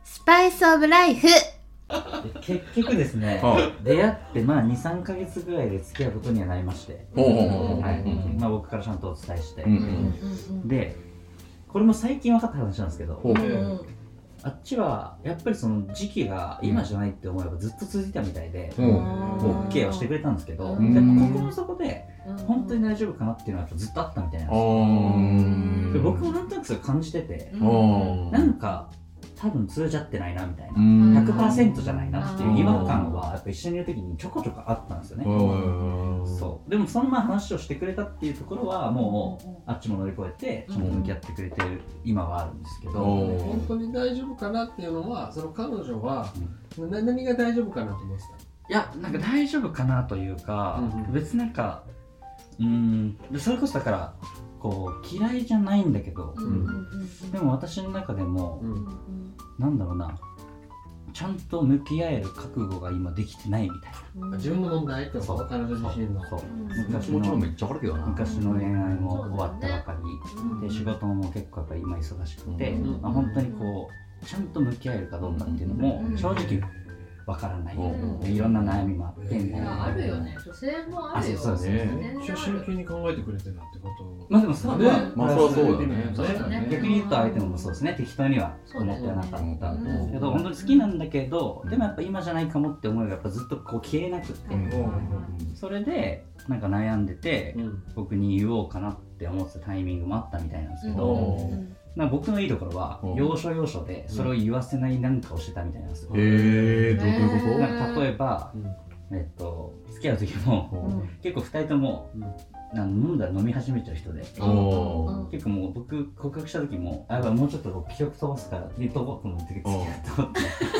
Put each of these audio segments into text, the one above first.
スパイスオブライフ。 結局ですね、出会ってまあ 2,3 ヶ月ぐらいで付き合うことにはなりまして、まあ僕からちゃんとお伝えして、でこれも最近分かった話なんですけど、あっちはやっぱりその時期が今じゃないって思えばずっと続いたみたいで、OK をしてくれたんですけど、やっぱ心の底で本当に大丈夫かなっていうのはずっとあったみたいなんですよ。で僕もなんとなくそれ感じてて、なんか多分通じ合ってないなみたいな、100% じゃないなっていう違和感はやっぱ一緒にいる時にちょこちょこあったんですよね。そうでもそのまま話をしてくれたっていうところはもうあっちも乗り越えてちゃんと向き合ってくれてる今はあるんですけど、 本当に大丈夫かなっていうのは、その彼女は何が大丈夫かなと思ってた？ いや、なんか大丈夫かなというか、別になんかそれこそだからこう嫌いじゃないんだけど、でも私の中でも、なんだろうな、ちゃんと向き合える覚悟が今できてないみたいな。 自分の問題ってこと？彼女自身の。 昔のめっちゃあるけどな。昔の恋愛も終わったばかりで、仕事も結構やっぱり今忙しくて、本当にこうちゃんと向き合えるかどうかっていうのも正直わからない。いろんな悩みもあってみたいな。 あるよね。女性もあるよ。 そうですね。 真剣に考えてくれてるってこと。 まあでもそうね。 まあそうだね。 逆に言うと相手もそうですね。適当には思ってはなかったんですけど、本当に好きなんだけど、でもやっぱ今じゃないかもって思いがやっぱずっとこう消えなくて、それでなんか悩んでて、僕に言おうかなって思ってたタイミングもあったみたいなんですけど。なんか僕のいいところは要所要所でそれを言わせないなんかをしてたみたいなんですよ。 どういうこと？ なんか例えば、付き合う時も、結構2人とも飲んだら飲み始めちゃう人で、結構もう僕告白した時ももうちょっと記憶飛ばすから言っとこうと思って付き合ったと思って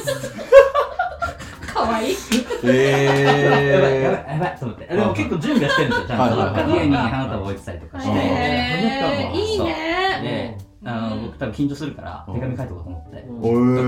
かわいい。 やばいと思って。でも結構準備はしてるんですよ、ちゃんと家に花束置いてたりとかして。 いいね。 僕多分緊張するから手紙書いておこうと思って。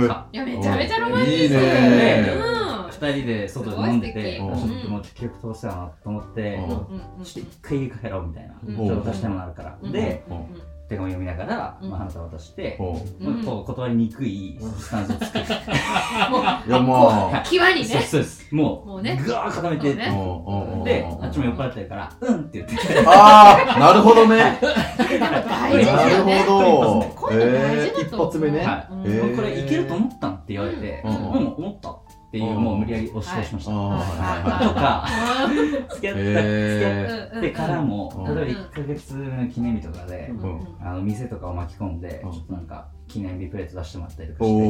いや、めちゃめちゃロマンチック。 いいね。 2人で外で飲んでて、ちょっともう記憶飛ばせたなと思って、ちょっと一回家帰ろうみたいな、ちょっと出してもなるから。で、手紙読みながら花束渡して、断りにくいスタンスを作る。 もう際にね。 そうです。もうね、ガー固めて、で、あっちも酔っ払ってるからって言って。 ああ、なるほどね。 大事だよね。 なるほど。 一発目ね。 これいけると思ったんって言われて、思ったっていう、もう無理やり押し通しました。とか、付き合ってからも、例えば1ヶ月の記念日とかで、店とかを巻き込んで、ちょっとなんか記念日プレート出してもらったりとかして、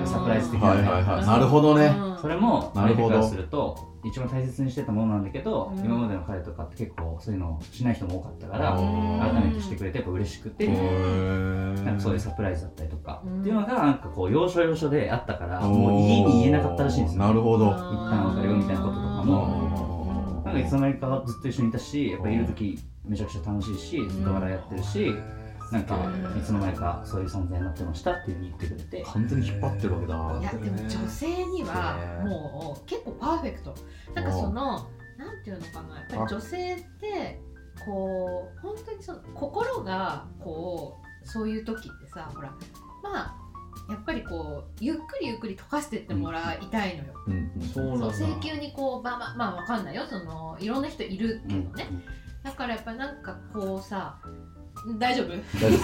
サプライズ的な。 なるほどね。 それも相手からすると、一番大切にしてたものなんだけど、今までの彼とかって結構そういうのをしない人も多かったから、改めてしてくれてやっぱ嬉しくて、なんかそういうサプライズだったりとかっていうのがなんかこう要所要所であったから、もう家に言えなかったらしいんですよ。 なるほど。 一旦別れようみたいなこととかも、なんかいつの間にかずっと一緒にいたし、やっぱいる時めちゃくちゃ楽しいし、ずっと笑いやってるし、なんかいつの間にかそういう存在になってましたっていう風に言ってくれて、 完全に引っ張ってるわけだ。 いやでも女性にはもう結構パーフェクト。なんかそのなんていうのかな、やっぱり女性ってこう本当にその心がこうそういう時ってさ、ほらまあやっぱりこうゆっくりゆっくり溶かしてってもらいたいのよ。そう請求にこうまあわかんないよ、そのいろんな人いるけどね。だからやっぱなんかこうさ、大丈夫？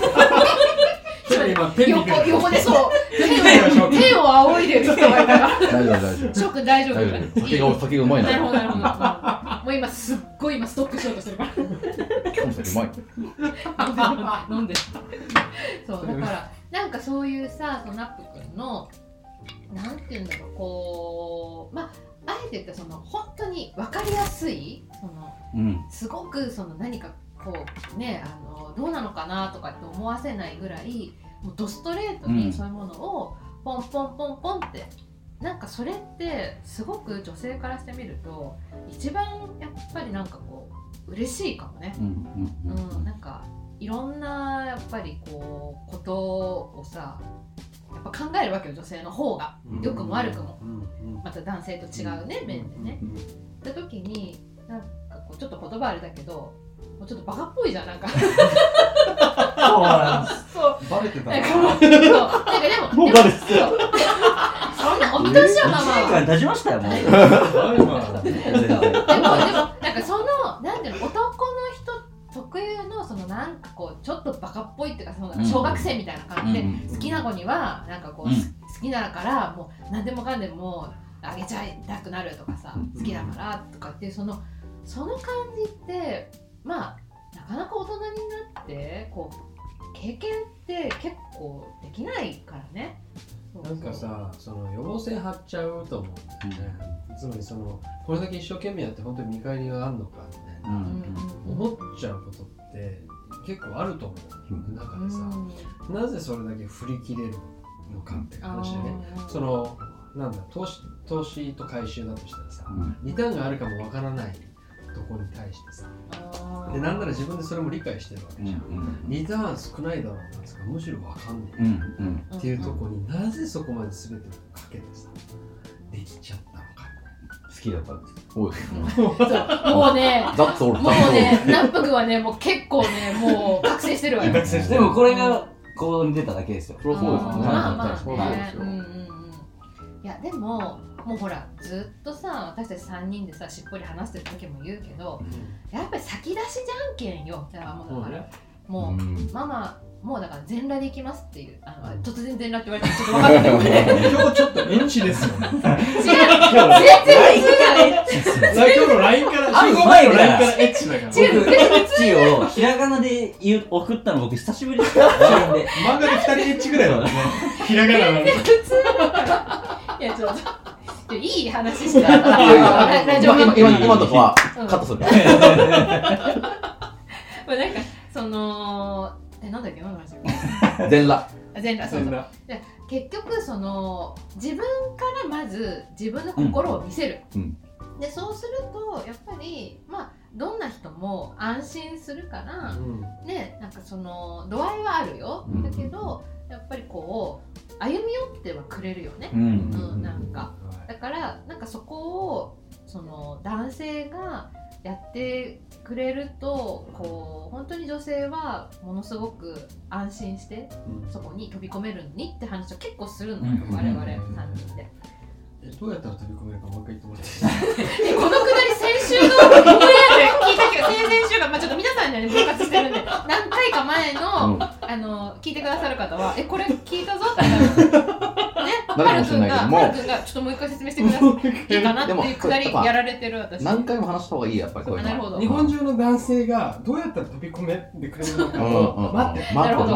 横でそう手を仰いでる人がいたから。 大丈夫。 ショック大丈夫。 酒がうまいな。 なるほど。もう今すっごいストックしようとしてるから。 今日酒うまい。 飲んで。そうだからなんかそういうさ、そのナップ君のなんていうんだろう、こうあえて言ったその本当に分かりやすいその、すごくその何かこうねどうなのかなとかって思わせないぐらいもうドストレートにそういうものをポンポンポンポンって、なんかそれってすごく女性からしてみると一番やっぱりなんかこう嬉しいかもね。なんかいろんなやっぱりこうことをさやっぱ考えるわけよ、女性の方が。良くも悪くもまた男性と違うね面でね。った時になんかこうちょっと言葉あれだけどもうちょっとバカっぽいじゃん、なんかそうなんです。そうバレてたな。でももうですよ。 そんなお見通しよママ 1時間経ちましたよもう。 はいでもなんかそのなんていうの、男の人特有のそのなんかこうちょっとバカっぽいっていうか、その小学生みたいな感じで、好きな子にはなんかこう、好きだからもう何でもかんでもあげちゃいたくなるとかさ、好きだからとかっていうその感じってまあなかなか大人になってこう経験って結構できないからね。 なんかさ、その予防線張っちゃうと思うんだよね。つまりそのこれだけ一生懸命やって本当に見返りがあるのかみたいな、思っちゃうことって結構あると思う中でさ、なぜそれだけ振り切れるのかって話でね。そのなんだ投資と回収だとしたらさ、リターンがあるかもわからないところに対してさ、でなんなら自分でそれも理解してるわけじゃん。リターン少ないだろうなんですか、むしろわかんない、っていうところになぜそこまで全てをかけてさできちゃったのか。 好きだからです。 そうですそうもうねもうねナップ君はねもう結構ねもう覚醒してるわよ。 でもこれが行動に出ただけですよ。 そうですね。 まあまあそうねですよ。 いやでももうほらずっとさ私たち3人でさしっぽり話してる時も言うけど、やっぱり先出しじゃんけんよ。だからもうだからもうママもうだから全裸で行きますっていう、突然全裸って言われてちょっと分かったけどね。 今日ちょっとエッチですよね。 違う全然エッチじゃない。 今日の LINE からあ、う 15 まいな。 の LINE からエッチだから。 僕エッチをひらがなで送ったの僕久しぶりですよ。LINE で。 漫画で2人エッチぐらいだもんね。ひらがななんで。 普通だから。いやちょっといい話した。ラジオ今とかはカットするから。 まあなんかそのなんだっけ何の話だっけ。 全裸。 全裸そうそう。結局その自分からまず自分の心を見せる。でそうするとやっぱりまあどんな人も安心するから、ね、なんかその度合いはあるよ、だけどやっぱりこう歩み寄ってはくれるよね、なんかだからなんかそこをその男性がやってくれるとこう本当に女性はものすごく安心してそこに飛び込めるにって話を結構するのよ、我々3人で。 どうやったら飛び込めるかもう一回言ってもらっていい？ このくだり先週のオンエアで聞いたけど先々週が、まあ、ちょっと皆さんにはね分割してるんで何回か前の、聞いてくださる方はこれ聞いたぞってはるくんがちょっともう一回説明してくださいいいかなっていうくだりやられてる私何回も話した方がいいやっぱりこういうの。 日本中の男性がどうやったら飛び込めてくれるのかを待ってる。 なるほ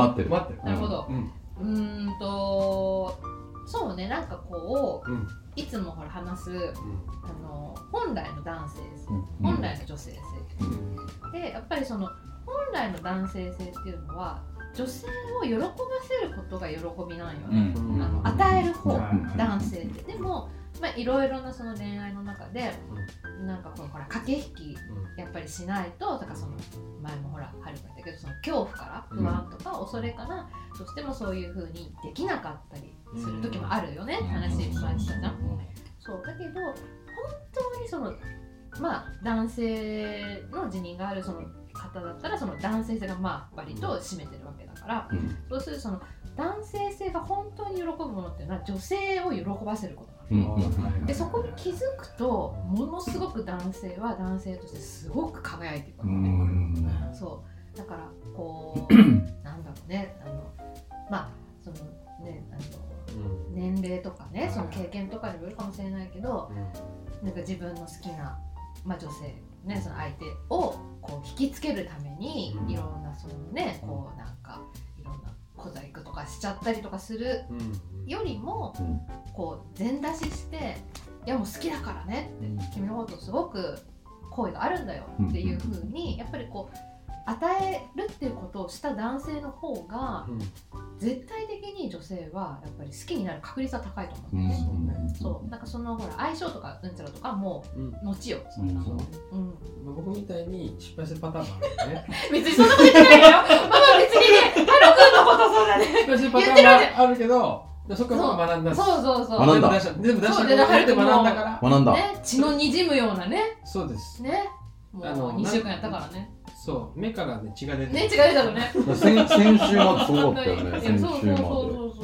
ど。そうね、なんかこう、いつもほら話す、本来の男性性、本来の女性性、でやっぱりその本来の男性性っていうのは女性を喜ばせることが喜びなんよね、与える方、男性って。でもまあいろいろなその恋愛の中で、なんかこのほら駆け引きやっぱりしないと、だからその前もほらはるかだけどその恐怖から不安とか恐れからどうしてもそういう風にできなかったりする時もあるよねって話前したじゃん。そうだけど本当にそのまあ男性の自認があるその方だったらその男性性がまあ割と占めてるわけだから、そうするとその男性性が本当に喜ぶものっていうのは女性を喜ばせることなんで、そこに気づくとものすごく男性は男性としてすごく輝いていくわけね。そうだからこうなんだろうね、まあそのね年齢とかねその経験とかにもよるかもしれないけど、なんか自分の好きな、まあ、女性ねその相手をこう引きつけるためにいろんなそのねこうなんかいろんな小細工とかしちゃったりとかするよりも、こう全出ししていやもう好きだからねって、君のことすごく好意があるんだよっていう風にやっぱりこう与えるっていうことをした男性の方が、絶対的に女性はやっぱり好きになる確率は高いと思うんだよね。そうなんかそのほら相性とかうんちゃらとかも後よ。 僕みたいに失敗するパターンもあるよね。 別にそんなこと言ってないよ。ママ別にね、ハルくんのことそうだね。 失敗するパターンもあるけど、そこから学んだ。 そう。 学んだ。全部出したことで学んだから。 学んだ。 ね、血の滲むようなね。 そうです。 ね。もう2週間やったからね。 そう目からね血が出てる。 ね血が出たのね。 先週まですごかったよね。先週まで。 そう。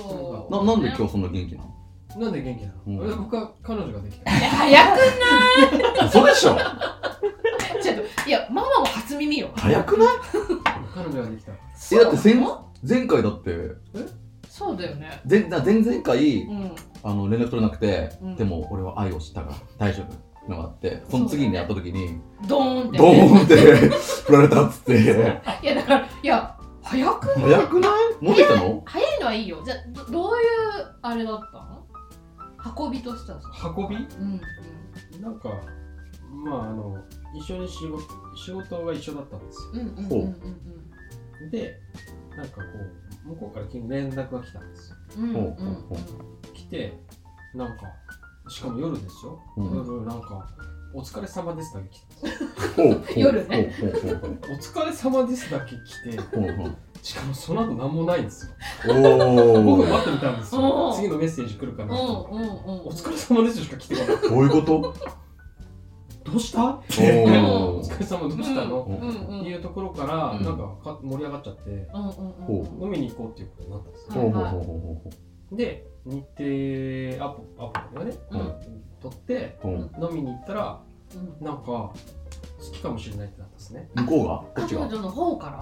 なんで今日そんな元気なの？ なんで元気なの？僕は彼女ができた。 早くない？ そうでしょ。 ちょっといやママも初耳よ。 早くない？ 彼女ができた。 だって前回だってそうだよね。 前々回、連絡取れなくて、でも俺は愛を知ったから大丈夫のがあって、その次にやった時にドーンって振られたっつって。 いやだからいや早くない？ 早くない？持ってたの？ 早いのはいいよ。じゃあどういうあれだったの？運びとしてはさ。 運び？なんか一緒に仕事が一緒だったんですよ。でなんかこう向こうから急に連絡が来たんですよ。来てなんかしかも夜ですよ。夜なんかお疲れ様ですだけ来たんですよ。 夜ね。 お疲れ様ですだけ来て、しかもその後何もないんですよ。僕待ってみたんですよ。次のメッセージ来るかなと。お疲れ様ですしか来てこない。 どういうこと？ どうしたって、お疲れ様どうしたのっていうところからなんか盛り上がっちゃって飲みに行こうっていうことになったんですよ。で日程アプリをね取って飲みに行ったらなんか好きかもしれないってなったんですね。 向こうが？ 彼女の方から？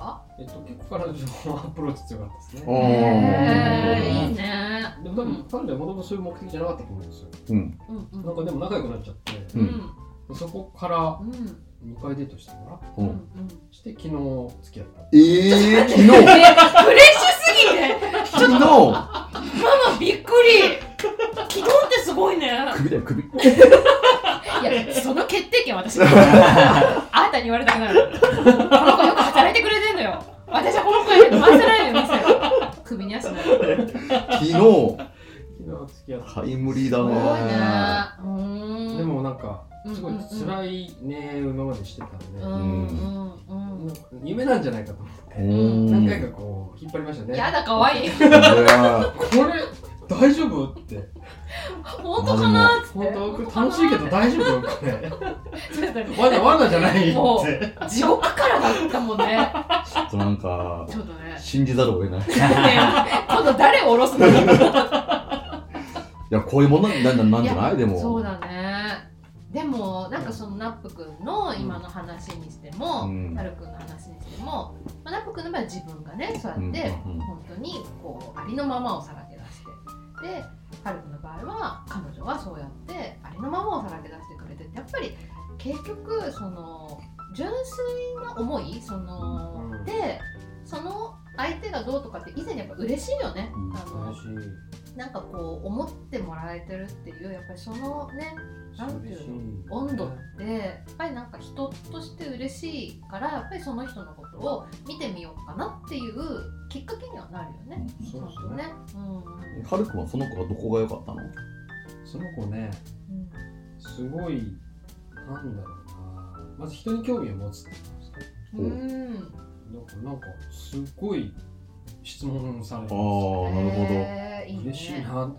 結構彼女のアプローチ強かったですね。 いいね。 でも多分彼女はもともとそういう目的じゃなかったと思うんですよ。なんかでも仲良くなっちゃって、そこから2回デートしたのかな。して昨日付き合った。 昨日？ フレッシュすぎて昨日？ ママびっくり。昨日ってすごいね。 首だよ首。 いやその決定権は私があんたに言われたくなる。この子よく働いてくれてんのよ。私はこの子やけど回せないのよ。首に足なる。 昨日付き合った。 タイムリーだね。でもなんかすごい辛い恋愛を今までしてたんで、夢なんじゃないかと思って何回かこう引っ張りましたね。 やだ可愛い。 これ大丈夫って。 本当かなって。 本当楽しいけど大丈夫これ。罠じゃないって。 もう地獄からだったもんね。 ちょっとなんかちょっとね信じざるを得ない。 今度誰を下ろすの？いやこういうものなんじゃない？でもそうだね。でもなんかそのナップ君の今の話にしても、ハル君の話にしても、ナップ君の場合は自分がねそうやって本当にこうありのままをさらけ出して、でハル君の場合は彼女はそうやってありのままをさらけ出してくれてって、やっぱり結局その純粋な思いでその相手がどうとかって以前にやっぱ嬉しいよね。なんかこう思ってもらえてるっていうやっぱりそのねなんていうの温度ってやっぱりなんか人として嬉しいからやっぱりその人のことを見てみようかなっていうきっかけにはなるよね。 そうですね。 はるくんはその子はどこが良かったの？ その子ね、すごいなんだろうな、まず人に興味を持つって言うんですか。なんかすごい質問されるんですよ。 なるほど。 嬉しいなと思って。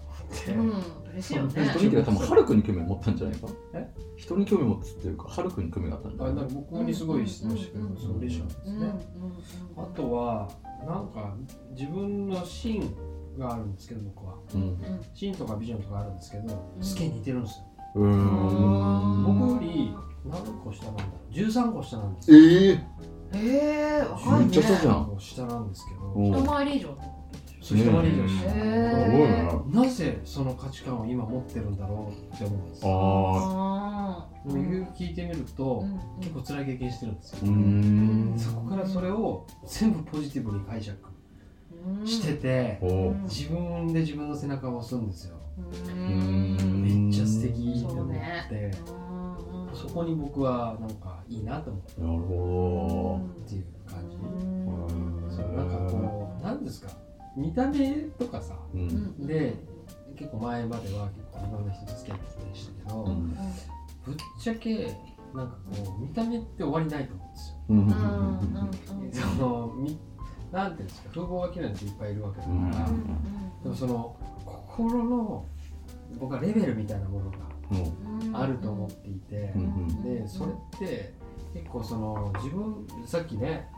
嬉しいよね。 人に多分はるくんに興味を持ったんじゃないか。人に興味を持つっていうかはるくんに興味があったんじゃないか。 僕にすごい質問してくれるのすごい嬉しかったですね。あとはなんか自分の芯があるんですけど僕は。芯とかビジョンとかあるんですけど、すげえ似てるんですよ。僕より何個下なんだろう。13個下なんですよ。 若いね。 めっちゃ下じゃん。 下なんですけど。 一回り以上。 一回り以上下。なぜその価値観を今持ってるんだろうって思うんです。でもよく聞いてみると結構辛い経験してるんですよ。そこからそれを全部ポジティブに解釈してて、自分で自分の背中を押すんですよ。めっちゃ素敵と思って、そこに僕はなんかいいなと思って。 なるほど。っていう感じ。なんかこうなんですか、見た目とかさ、で結構前までは結構いろんな人と付き合ってきましたけど、ぶっちゃけなんかこう見た目って終わりないと思うんですよ。なんていうんですか、風貌が綺麗な人いっぱいいるわけだから、でもその心の僕はレベルみたいなものがあると思っていて、でそれって結構その自分さっきね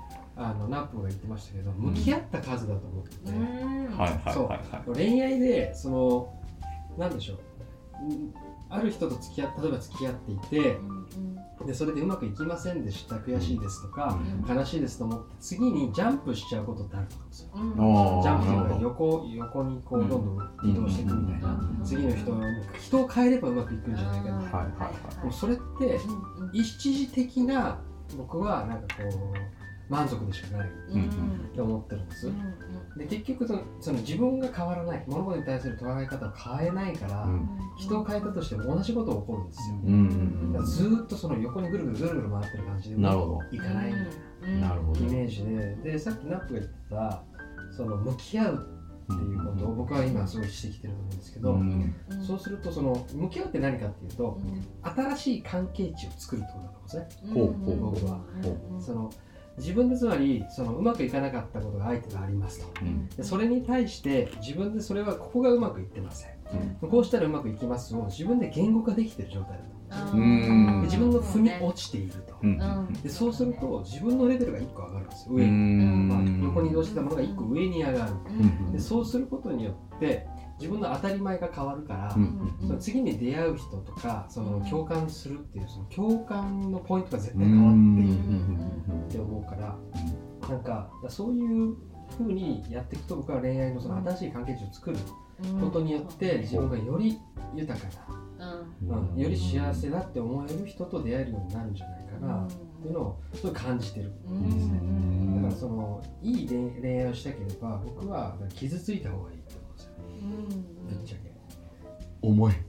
ナップが言ってましたけど、向き合った数だと思ってて、恋愛でなんでしょう、ある人と例えば付き合っていて、でそれでうまくいきませんでした、悔しいですとか、悲しいですと思って次にジャンプしちゃうことってあると思うんですよ。ジャンプというか横にこうどんどん移動していくみたいな、次の人を変えればうまくいくんじゃないかな。もうそれって一時的な、僕はなんかこう満足でしかないって思ってるんです。で結局その自分が変わらない、物事に対する捉え方を変えないから、人を変えたとしても同じことが起こるんですよ。だからずーっとその横にぐるぐる回ってる感じでいかないみたいなイメージで、さっきナップが言ってたその向き合うっていうことを僕は今すごいしてきてると思うんですけど、そうするとその向き合うって何かっていうと、新しい関係値を作るってことだと思うんですね。僕はその自分でつまりうまくいかなかったことが相手がありますと、でそれに対して自分でそれはここがうまくいってません、こうしたらうまくいきますを自分で言語化できてる状態だと思うんです。自分の腑に落ちていると、でそうすると自分のレベルが1個上がるんですよ、上に、横に移動してたものが1個上に上がる、でそうすることによって自分の当たり前が変わるから、その次に出会う人とか共感するっていうその共感のポイントが絶対変わっているって思うから、なんかそういう風にやっていくと、僕は恋愛の新しい関係値を作ることによって自分がより豊かな、より幸せだって思える人と出会えるようになるんじゃないかなっていうのをすごい感じてるんですね。だからいい恋愛をしたければ僕は傷ついた方がいいと思うんですよ。ぶっちゃけ重い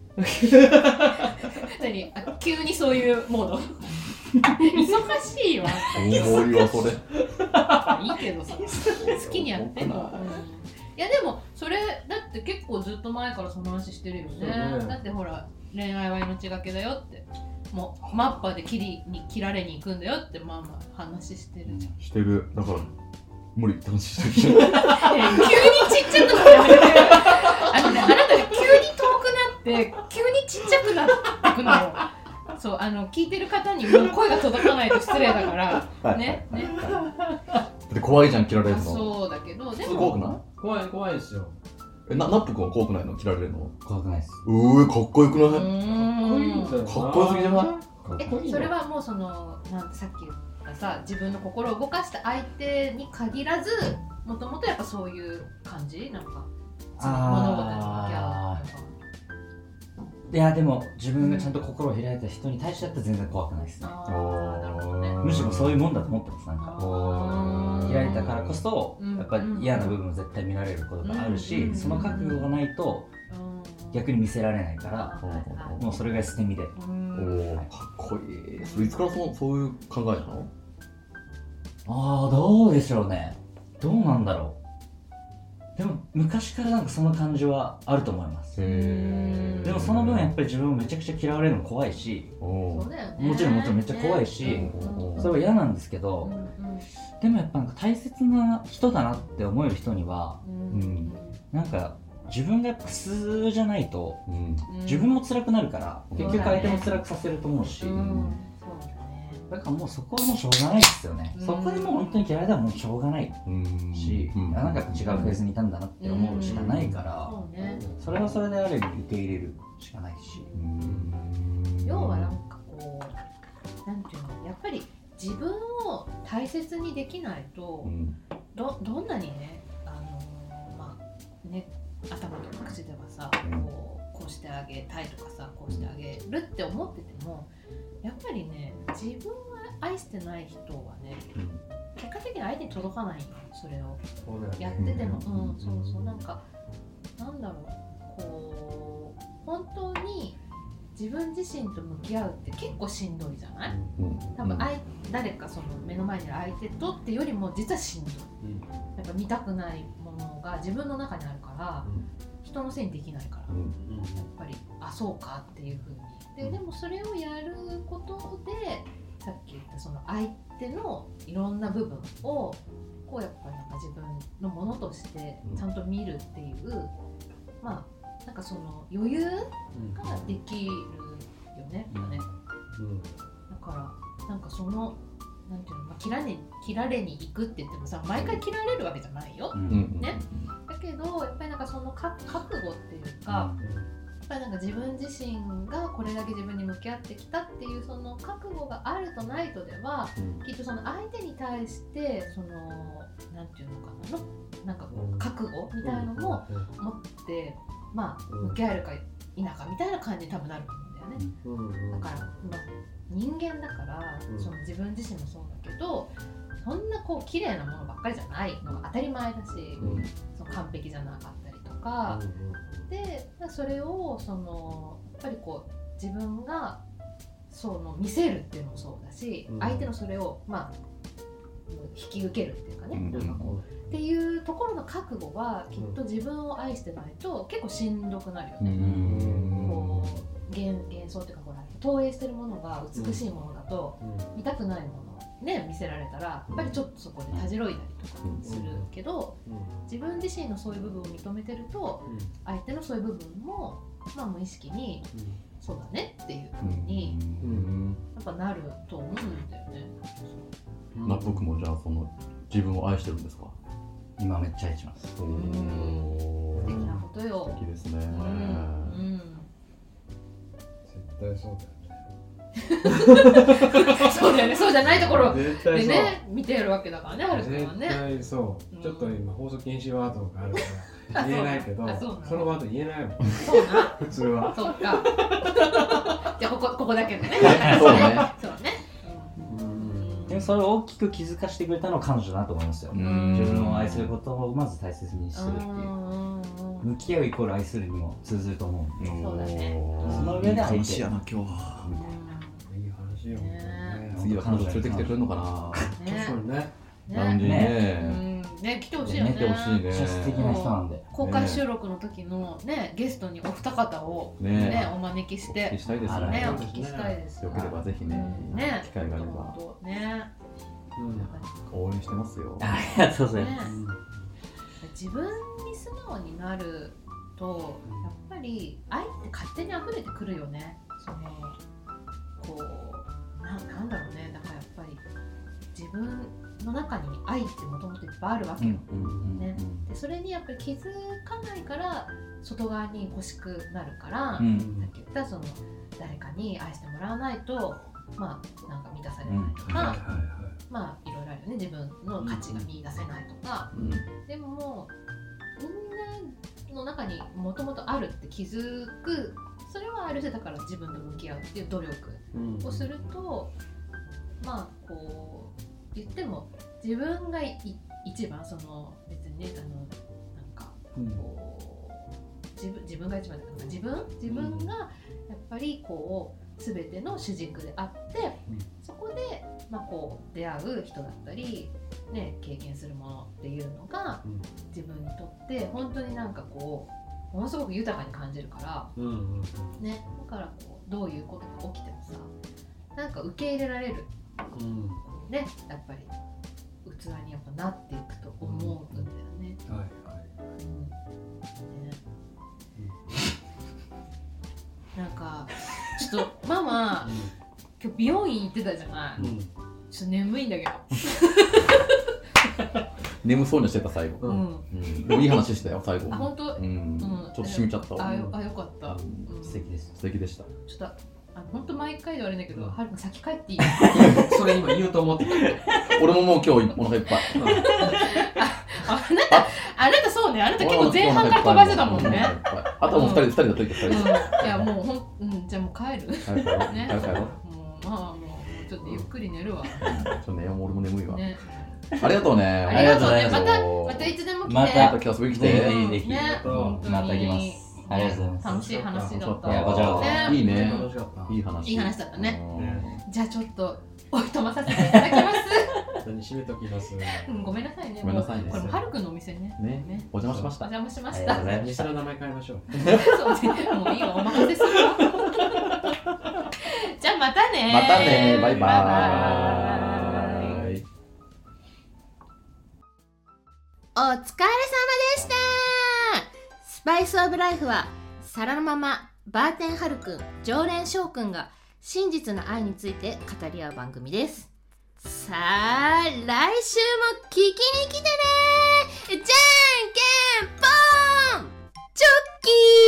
急にそういうモード忙しいわ。 重いわそれいいけどさ、好きにやっても。いやでもそれだって結構ずっと前からその話してるよね。だってほら、恋愛は命がけだよって、もうマッパで切られに行くんだよって話してるじゃん。 してる。だから無理って話してる。 急にちっちゃくなる。あなたが急に遠くなって急にちっちゃくなってくのよ。そう、聞いてる方にも声が届かないと失礼だからね。 だって怖いじゃん、切られるの。 そうだけど、でも怖くない？ 怖いですよ。 ナップ君は怖くないの？切られるの？ 怖くないです。 かっこよくない？ かっこよすぎじゃない？ それはもうさっき言ったさ、自分の心を動かした相手に限らず、もともとやっぱそういう感じ？なんか物事に向き合うとか。 いやでも自分がちゃんと心を開いた人に対してだったら全然怖くないですね。むしろそういうもんだと思ってます。なんか開いたからこそやっぱり嫌な部分も絶対見られることがあるし、その覚悟がないと逆に見せられないから、もうそれが捨て身で。 かっこいい。それいつからそういう考えなの？ どうでしょうね。どうなんだろう。でも昔からなんかその感じはあると思います。でもその分やっぱり自分もめちゃくちゃ嫌われるの怖いし、もちろんめっちゃ怖いし、それは嫌なんですけど、でもやっぱなんか大切な人だなって思える人には、なんか自分が苦痛じゃないと自分も辛くなるから、結局相手も辛くさせると思うし、だからもうそこはもうしょうがないですよね。そこでもう本当に嫌いだらもうしょうがないし、なんか違うフェーズにいたんだなって思うしかないから、それはそれである意味受け入れるしかないし。 要はなんかこう、なんていうの、やっぱり自分を大切にできないと、どんなにね、頭とか口ではさ、こうしてあげたいとかさ、こうしてあげるって思ってても、やっぱりね、自分は愛してない人はね、結果的に相手に届かないよ、それをやってても。そうなんか、なんだろう、こう本当に自分自身と向き合うって結構しんどいじゃない？多分誰かその目の前にいる相手とってよりも実はしんどい。やっぱ見たくないものが自分の中にあるから、人のせいにできないから、やっぱりそうかっていう風に。でもそれをやることで、さっき言ったその相手のいろんな部分をこうやっぱりなんか自分のものとしてちゃんと見るっていう、なんかその余裕ができるよね。だからなんかそのなんていうの、まあ、切られに行くって言ってもさ毎回切られるわけじゃないよ、ね、だけどやっぱりなんかその覚悟っていうか、やっぱりなんか自分自身がこれだけ自分に向き合ってきたっていうその覚悟があるとないとでは、きっとその相手に対してそのなんていうのかななんかこう覚悟みたいのも持ってまあ向き合えるか否かみたいな感じに多分なると思うんだよね。だから、まあ、人間だから、その自分自身もそうだけどそんなこう綺麗なものばっかりじゃないのが当たり前だし、その完璧じゃなかったりとか、でそれをそのやっぱりこう自分がその見せるっていうのもそうだし、相手のそれをまあ引き受けるっていうかね、なんかこうっていうところの覚悟はきっと自分を愛してないと結構しんどくなるよね。こう幻想っていうかほら投影してるものが美しいものだと、見たくないものね見せられたらやっぱりちょっとそこでたじろいだりとかするけど、自分自身のそういう部分を認めてると、相手のそういう部分もまあ無意識に、そうだねっていう風にやっぱなると思うんだよね。 僕もじゃあその自分を愛してるんですか？ 今めっちゃ愛します。 素敵なことよ。 素敵ですね。 絶対そうだよね。 そうだよね。そうじゃないところでね見てるわけだからね、はるくんはね。 絶対そう。ちょっと今放送禁止ワードがあるから言えないけど、そのワード言えないもん。 そうな。 普通は。 そうか。じゃあここだけでね。 そうね。 そうね。 でそれを大きく気づかせてくれたのは彼女だなと思いますよ。自分を愛することをまず大切にするっていう。向き合うイコール愛するにも通ずると思うんで。 そうだね。 その上で相手。 いい話やな今日は。 いい話よね。 次は彼女連れてきてくれるのかな。 そうね。 ラウンジにね。 ね来てほしいよね。 来てほしいね。 素敵な人なんで。 公開収録の時のねゲストにお二方をねお招きしてお聞きしたいですね。 お聞きしたいです。 よければぜひね機会があればね応援してますよ。 ありがとうございます。 自分に素直になるとやっぱり愛って勝手に溢れてくるよね。そのこうなんだろうね。だからやっぱり自分の中に愛ってもともといっぱいあるわけよ、ね、でそれにやっぱり気づかないから外側に欲しくなるから、さっき言ったその誰かに愛してもらわないとまあなんか満たされないとか、まあいろいろあるよね。自分の価値が見出せないとか、でももうみんなの中にもともとあるって気づく、それはある種だから自分と向き合うっていう努力をすると、まあこう言っても自分が一番その別にねなんかこう自分が一番だから自分がやっぱりこう全ての主軸であって、そこでまあこう出会う人だったりね経験するものっていうのが自分にとって本当になんかこうものすごく豊かに感じるから、ねだからこうどういうことが起きてもさなんか受け入れられる。ね、やっぱり器にやっぱなっていくと思うんだよね。なんかちょっとママ、今日美容院行ってたじゃない。ちょっと眠いんだけど。 眠そうにしてた最後。でもいい話したよ最後。 あ本当。ちょっと染みちゃったわ。 あよかった。 素敵です。 素敵でした。 ちょっと本当毎回で悪いんだけど、はるくん先帰っていい？ それ今言うと思ってた。 俺ももう今日お腹いっぱい。 あなたそうね、あなた結構前半から飛ばしてたもんね。 あとはもう2人だといて2人。 いやもうじゃあもう帰る。 ね。帰ろう。 もうもうちょっとゆっくり寝るわ。 ちょっとね、俺も眠いわ。ありがとうね。 ありがとうね。またいつでも来て。 また遊びに来て。 ぜひまた来ます。ありがとうございます。 楽しい話だった。 いやこちらこそ。 いいね。いい話。 いい話だったね。じゃあちょっとおいとまさせていただきます。 締めときます。 ごめんなさいね。 ごめんなさいね。 これもはるくんのお店ね。 ね。お邪魔しました。 お邪魔しました。 店の名前変えましょう。 そうね。もういいわ、お任せするわ。じゃあまたね。 またね。バイバイ。 お疲れ様でした。スパイスオブライフは皿のままバーテンはるくん、常連しょうくんが真実の愛について語り合う番組です。 さあ来週も聞きに来てね。じゃんけんぽんチョッキー